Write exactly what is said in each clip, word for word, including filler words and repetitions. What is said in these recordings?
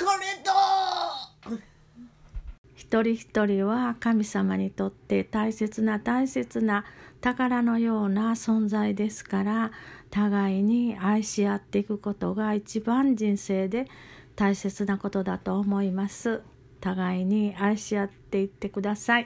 れた。 一人一人は神様にとって大切な大切な宝のような存在ですから、互いに愛し合っていくことが一番人生で大切なことだと思います。互いに愛し合っていってください。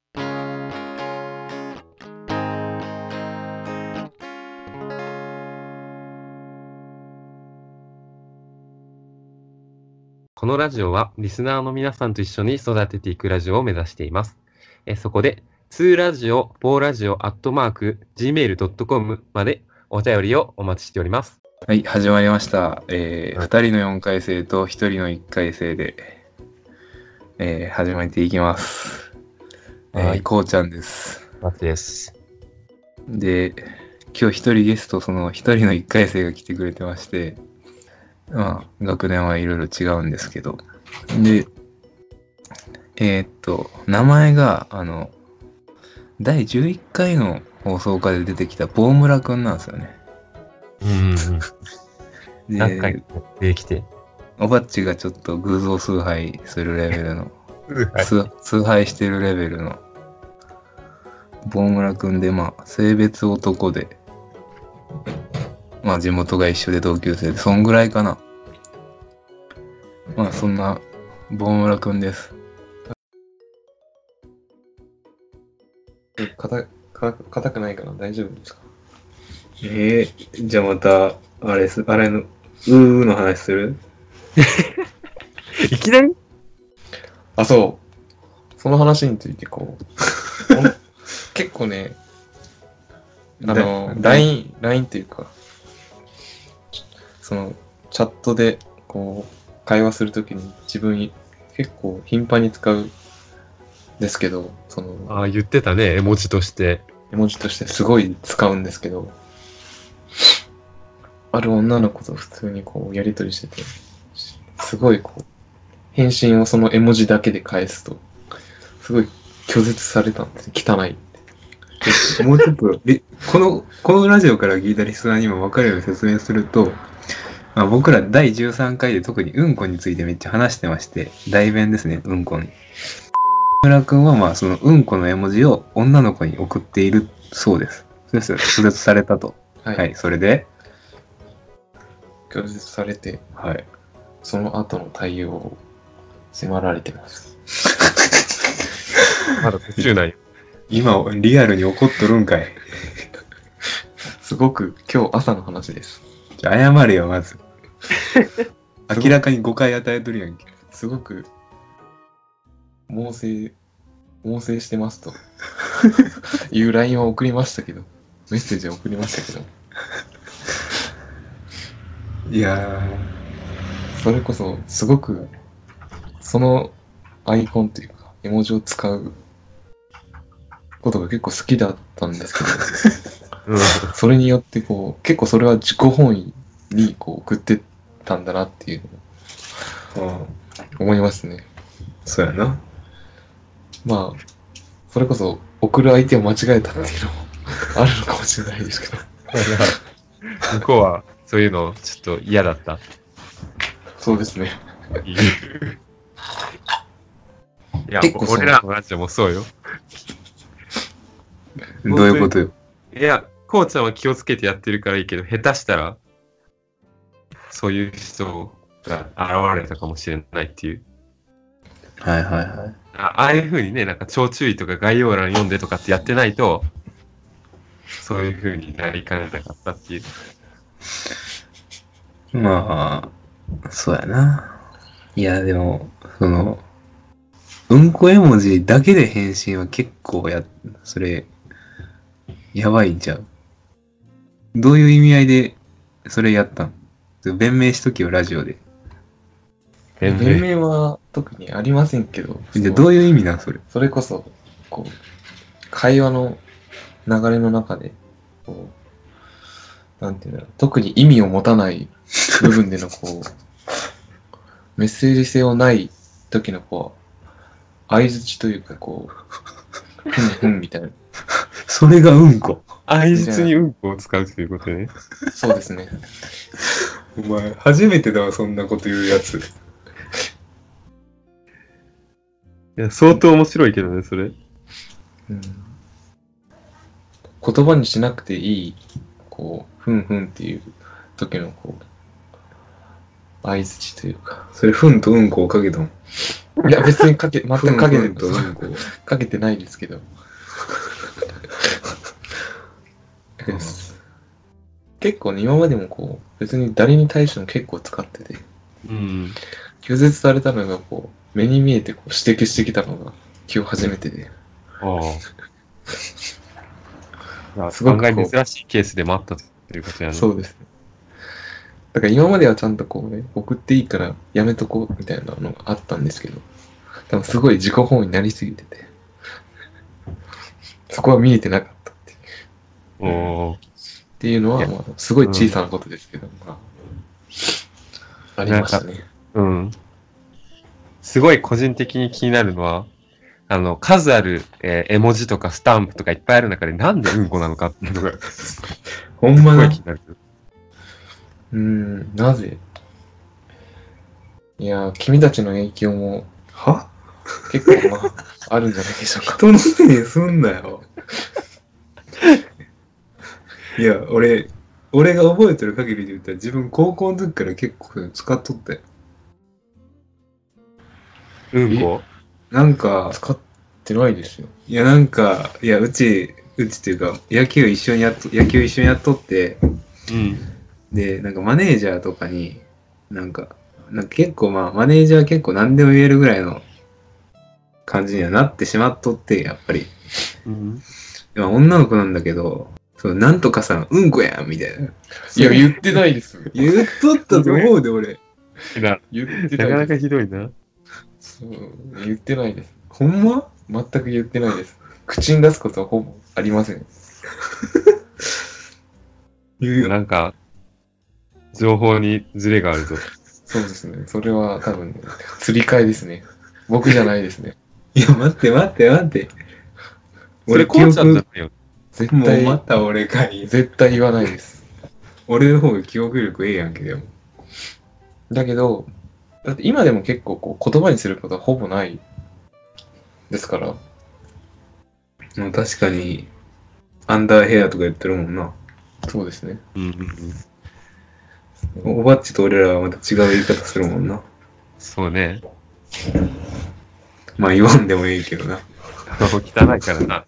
このラジオはリスナーの皆さんと一緒に育てていくラジオを目指しています。えそこで、ツーラジオ、フォーラジオ、アットマーク、ジーメールドットコム までお便りをお待ちしております。 はい、始まりました。えー、ふたりのよんかい生とひとりのいっかい生で、えー、始めていきます。えー、 はいこうちゃんです。 マツです。 で、今日ひとりゲスト、そのひとりのいっかい生が来てくれてまして、まあ、学年はいろいろ違うんですけど、で、えー、っと、名前が、あの、だいじゅういっかいの放送回で出てきたボームラくんなんですよね。 うんうんうん。 で、 何回出てきて。 おばっちがちょっと偶像崇拝するレベルの、 はい崇崇拝してるレベルの、ボームラくんで、まあ、性別男で、まあ、地元が一緒で同級生で、そんぐらいかな。まあ、そんな、ボームラくんです。 硬か硬くないかな、大丈夫ですか？ えー、じゃあまた、あれす、あれの、うーの話する？ いきなりあ、そう。その話についてこう、ほん結構ね、あの、 だライン、ラインっていうか、その、チャットで、こう、会話するときに自分に結構頻繁に使うんですけど、その、 ああ、言ってたね、絵文字として。 絵文字としてすごい使うんですけど、ある女の子と普通にこうやりとりしてて、すごいこう、返信をその絵文字だけで返すと、すごい拒絶されたんですよ。汚いって。 もうちょっと、えこの、このラジオから聞いたリスナーにも分かるように説明すると、まあ、僕らだいじゅうさんかいで特にうんこについてめっちゃ話してまして、代弁ですね、うんこに。村くんはまあそのうんこの絵文字を女の子に送っているそうです。そうです。拒絶されたと。 はい。 はい、それで、 拒絶されて、 はい。 その後の対応を迫られてます。 まだ途中ないよ。 今、リアルに怒っとるんかい。 すごく今日朝の話です。 じゃあ謝れよ、まず。明らかに誤解与えとるやんけ。 すごく、猛省、猛省してますという ライン を送りましたけど、メッセージを送りましたけど、 いやそれこそすごくそのアイコンというか絵文字を使うことが結構好きだったんですけど、 うん、 それによってこう結構それは自己本位にこう送ってったんだなっていうのを思いますね。 そうやな。 まあそれこそ送る相手を間違えたっていうのもあるのかもしれないですけど向こうはそういうのちょっと嫌だった。 そうですね。 いや、 結構その俺らのラジオもそうよ。 どういうことよ。 いや、こうちゃんは気をつけてやってるからいいけど、下手したら、そういう人が現れたかもしれないっていう。 はいはいはい。 あああいう風にね、なんか超注意とか概要欄読んでとかってやってないと、そういう風になりかねなかったっていう。 まあ、そうやな。いや、でも、その、うんこ絵文字だけで返信は結構や、それ、やばいんちゃう？どういう意味合いでそれやったん？弁明しときよ、ラジオで。 弁明は特にありませんけど、 じゃあどういう意味なんそれ？ それこそこう会話の流れの中でこうなんていうんだろう、特に意味を持たない部分でのこうメッセージ性をない時のこう相づちというかこうふんふんみたいな。 それがうんこ。 相槌にうんこを使うということね。 そうですね。 お前、初めてだわ、そんなこと言うやつ。 や、相当面白いけどね、それ。 うん、言葉にしなくていい、こう、ふんふんっていう時のこう、相づちというか。 それ、ふんとうんこをかけたの？ いや、別にかけ、全くかけてふんとうんこを。 かけてないですけど。結構ね、今までもこう、別に誰に対しても結構使ってて、 うん。 拒絶されたのがこう、目に見えてこう指摘してきたのが今日初めてで。 ああ。 すごくこう案外珍しいケースでもあったということやね。 そうですね。だから今まではちゃんとこうね、送っていいからやめとこうみたいなのがあったんですけど、多分すごい自己本位になりすぎてて、そこは見えてなかったっていう。 おー。 っていうのは、まあ、すごい小さなことですけど、まあ、ありましたね。 うん。すごい個人的に気になるのは、あの、数ある、えー絵文字とかスタンプとかいっぱいある中でなんでうんこなのかっていうのが、すほんまだごい気。になるけど。 うーん、なぜいやー、君たちの影響もは結構、まあ、あるんじゃないでしょうか。 人のせいにすんなよ。いや、俺、俺が覚えてる限りで言ったら自分高校の時から結構使っとったよ。 うんこなんか、 使ってないですよ。 いやなんか、いや、うち、うちっていうか、野球一緒にやっと、野球一緒にやっとって、 うん。 で、なんかマネージャーとかに、なんか、なんか結構まあ、マネージャー結構何でも言えるぐらいの感じにはなってしまっとって、やっぱり。 うん。 まあ、女の子なんだけど、そう、なんとかさん、うんこやんみたいな。 いや、言ってないですよ。 言っとったと思うで、俺。 な言ってなかないかなです。 ひどいな。 そう言ってないです。 ほんま全く言ってないです。口に出すことはほぼありません。 言うよ。 なんか、情報にズレがあるぞ。 そうですね。それは多分、ね、釣り替えですね。僕じゃないですね。 いや、待って待って待って。 それ、こうちゃんじゃないよ。 絶対、 もうまた俺かい。 絶対言わないです。 俺の方が記憶力ええやんけ、でも。 だけど、だって今でも結構こう言葉にすることはほぼないですから。 まあ確かに、アンダーヘアとか言ってるもんな。 そうですね。 うんうんうん。 おばっちと俺らはまた違う言い方するもんな。 そうね。 まあ言わんでもいいけどな。 汚いからな。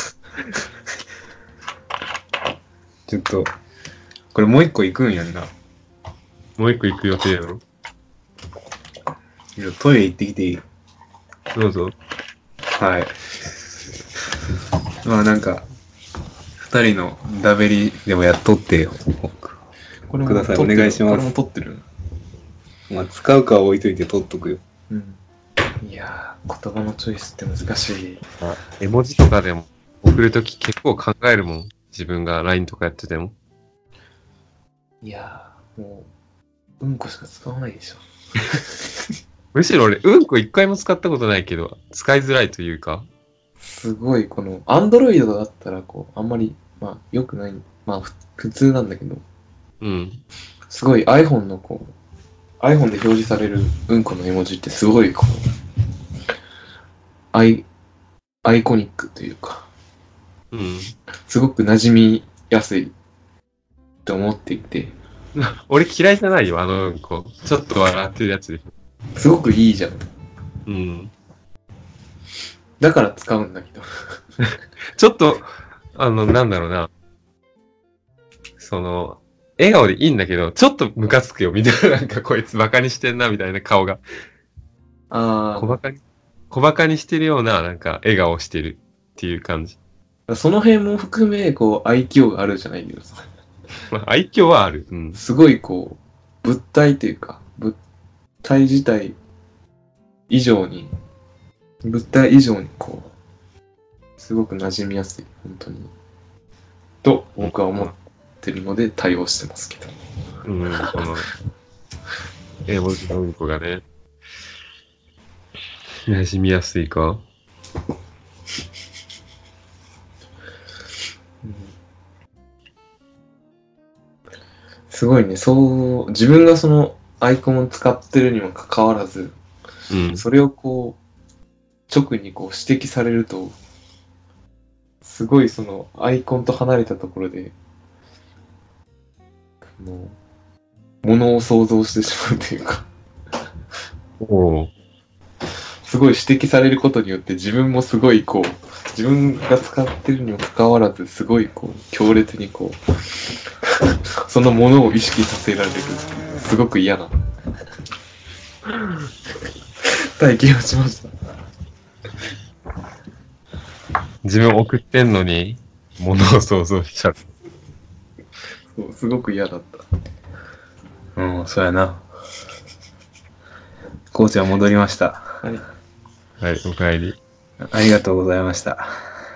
ちょっと、これもう一個行くんやんな。 もう一個行く予定やろ。 ちょっとトイレ行ってきていい？ どうぞ。 はい。まあなんか、二人のダベリでもやっとってよ。 これもください撮ってるお願いしますこれも撮ってる。 まあ使うかは置いといて取っとくよ。 うん。いやー、言葉のチョイスって難しい。 絵文字とかでも送るとき結構考えるもん。自分が ライン とかやってても。 いやー、もう、うんこしか使わないでしょ。 むしろ俺、うんこ一回も使ったことないけど、使いづらいというか。 すごい、この、アンドロイドだったら、こう、あんまり、まあ、良くない、まあ、ふ普通なんだけど、 うん。 すごい iPhone のこう、iPhone で表示されるうんこの絵文字ってすごいこう、アイ、アイコニックというか、 うん。 すごく馴染みやすいと思っていて、 俺嫌いじゃないよ、あのうんこ。ちょっと笑ってるやつで。 すごくいいじゃん。 うん。 だから使うんだけど。 ちょっと、あの、なんだろうな。その、笑顔でいいんだけど、ちょっとムカつくよ、みたいな、なんかこいつバカにしてんな、みたいな顔が。 あ小バカに、小バカにしてるような、なんか、笑顔をしてるっていう感じ。 あ、その辺も含め、こう、愛嬌があるじゃないけどさ。 まあ、愛嬌はある。うん。 すごいこう、物体というか、物体自体以上に、物体以上にこう、すごく馴染みやすい、本当に。と、僕は思ってるので対応してますけど。 うん、この、絵文字のうんこがね、馴染みやすいか。 すごいね、そう、自分がそのアイコンを使ってるにもかかわらず、 うん。 それをこう、 直にこう指摘されると、すごいそのアイコンと離れたところで、あの、ものを想像してしまうというか、 おお。 すごい指摘されることによって自分もすごいこう、自分が使ってるにもかかわらず、すごいこう、強烈にこう、そのものを意識させられるっていう、すごく嫌な体験をしました。 自分送ってんのに、ものを想像しちゃう。 そう、すごく嫌だった。 うん、そうやな。コーチは戻りました。 はい。 はい、お帰り。 ありがとうございました。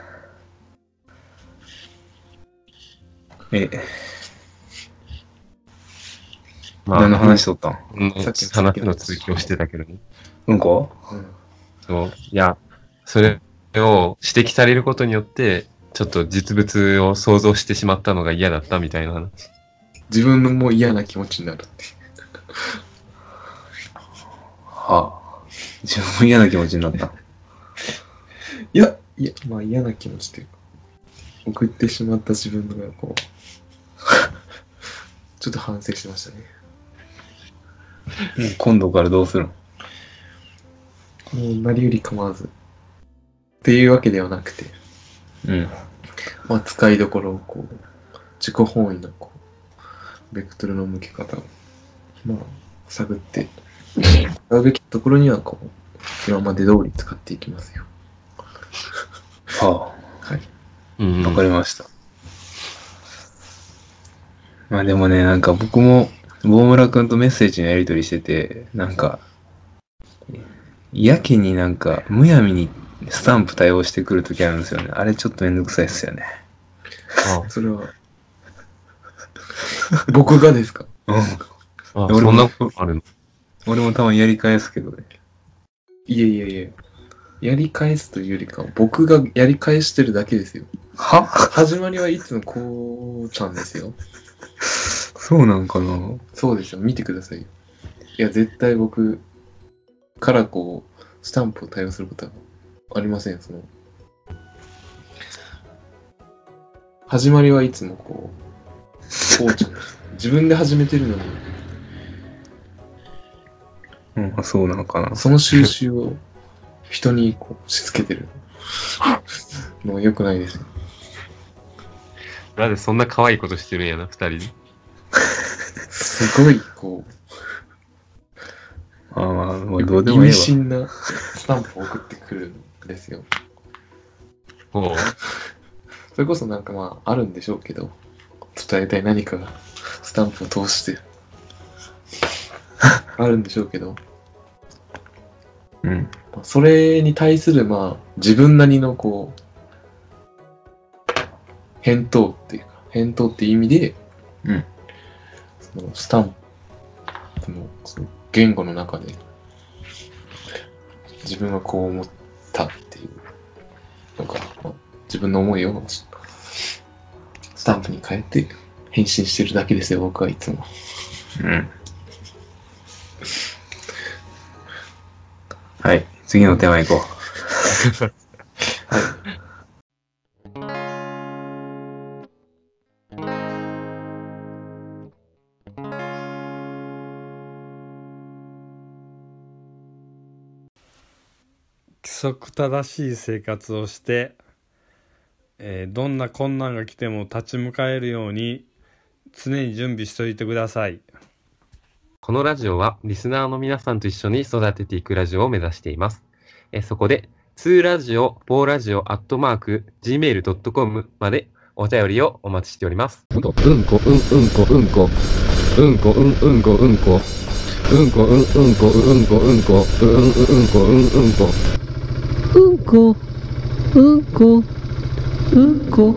え、 まあ、 何の話しとったん？ うんさっきの話の続きをしてたけどね。 うんこ？ うん。 そう。いや、それを指摘されることによって、ちょっと実物を想像してしまったのが嫌だったみたいな話。 自分のもう嫌な気持ちになるって。 はあ。自分も嫌な気持ちになった。 いや、いや、まあ嫌な気持ちというか、送ってしまった自分がこう、ちょっと反省しましたね。 今度からどうするの？ もうなりより構わず。っていうわけではなくて、 うん。 まあ使いどころをこう、自己本位のこう、ベクトルの向け方を、まあ、探って、使うべきところにはこう、今まで通り使っていきますよ。 ははい。 うんあ。わかりました。まあでもね、なんか僕も、坊村くんとメッセージのやり取りしてて、なんか、やけになんか、むやみにスタンプ対応してくるときあるんですよね。あれちょっとめんどくさいっすよね。 あそれは、僕がですか？ うん。 あ、 俺もそんなことあるの？ 俺もたまにやり返すけどね。 いえいえいえ。やり返すというよりかは、僕がやり返してるだけですよ。 は？ 始まりはいつもこうちゃんですよ。 そうなんかな？ そうですよ。見てくださいよ。いや、絶対僕からこう、スタンプを対応することはありません。その、始まりはいつもこう、こうちゃんです。自分で始めてるのに、 うん、そうなのかな。 その収集を人にこう、押し付けてるのは良くないですよ。 なんでそんな可愛いことしてるんやな、二人で。 すごい、こああ、まあ、 う、 まあ、どうでもいいわ。 意味深なスタンプを送ってくるんですよ。 ほう。 それこそなんかまあ、あるんでしょうけど、伝えたい何かが、スタンプを通して、あるんでしょうけど、 うん。 まあそれに対するまあ、自分なりのこう、返答っていうか、返答っていう意味で、 うん。 そのスタンプのその言語の中で、自分はこう思ったっていうのが、まあ自分の思いをスタンプに変えて返信してるだけですよ、僕はいつも。 うん。はい。次のテーマ行こはい。 規則正しい生活をして、えーどんな困難が来ても立ち向かえるように常に準備しておいてください。 このラジオはリスナーの皆さんと一緒に育てていくラジオを目指しています。えそこで、ツーラジオ、フォーラジオ、アットマーク、ジーメールドットコム までお便りをお待ちしております。 うんこうんうんこうんこうんこうんこうんうんこうんこうんこうんうんこうんこうんこうんうんこうんうんこうんこうんこうんこ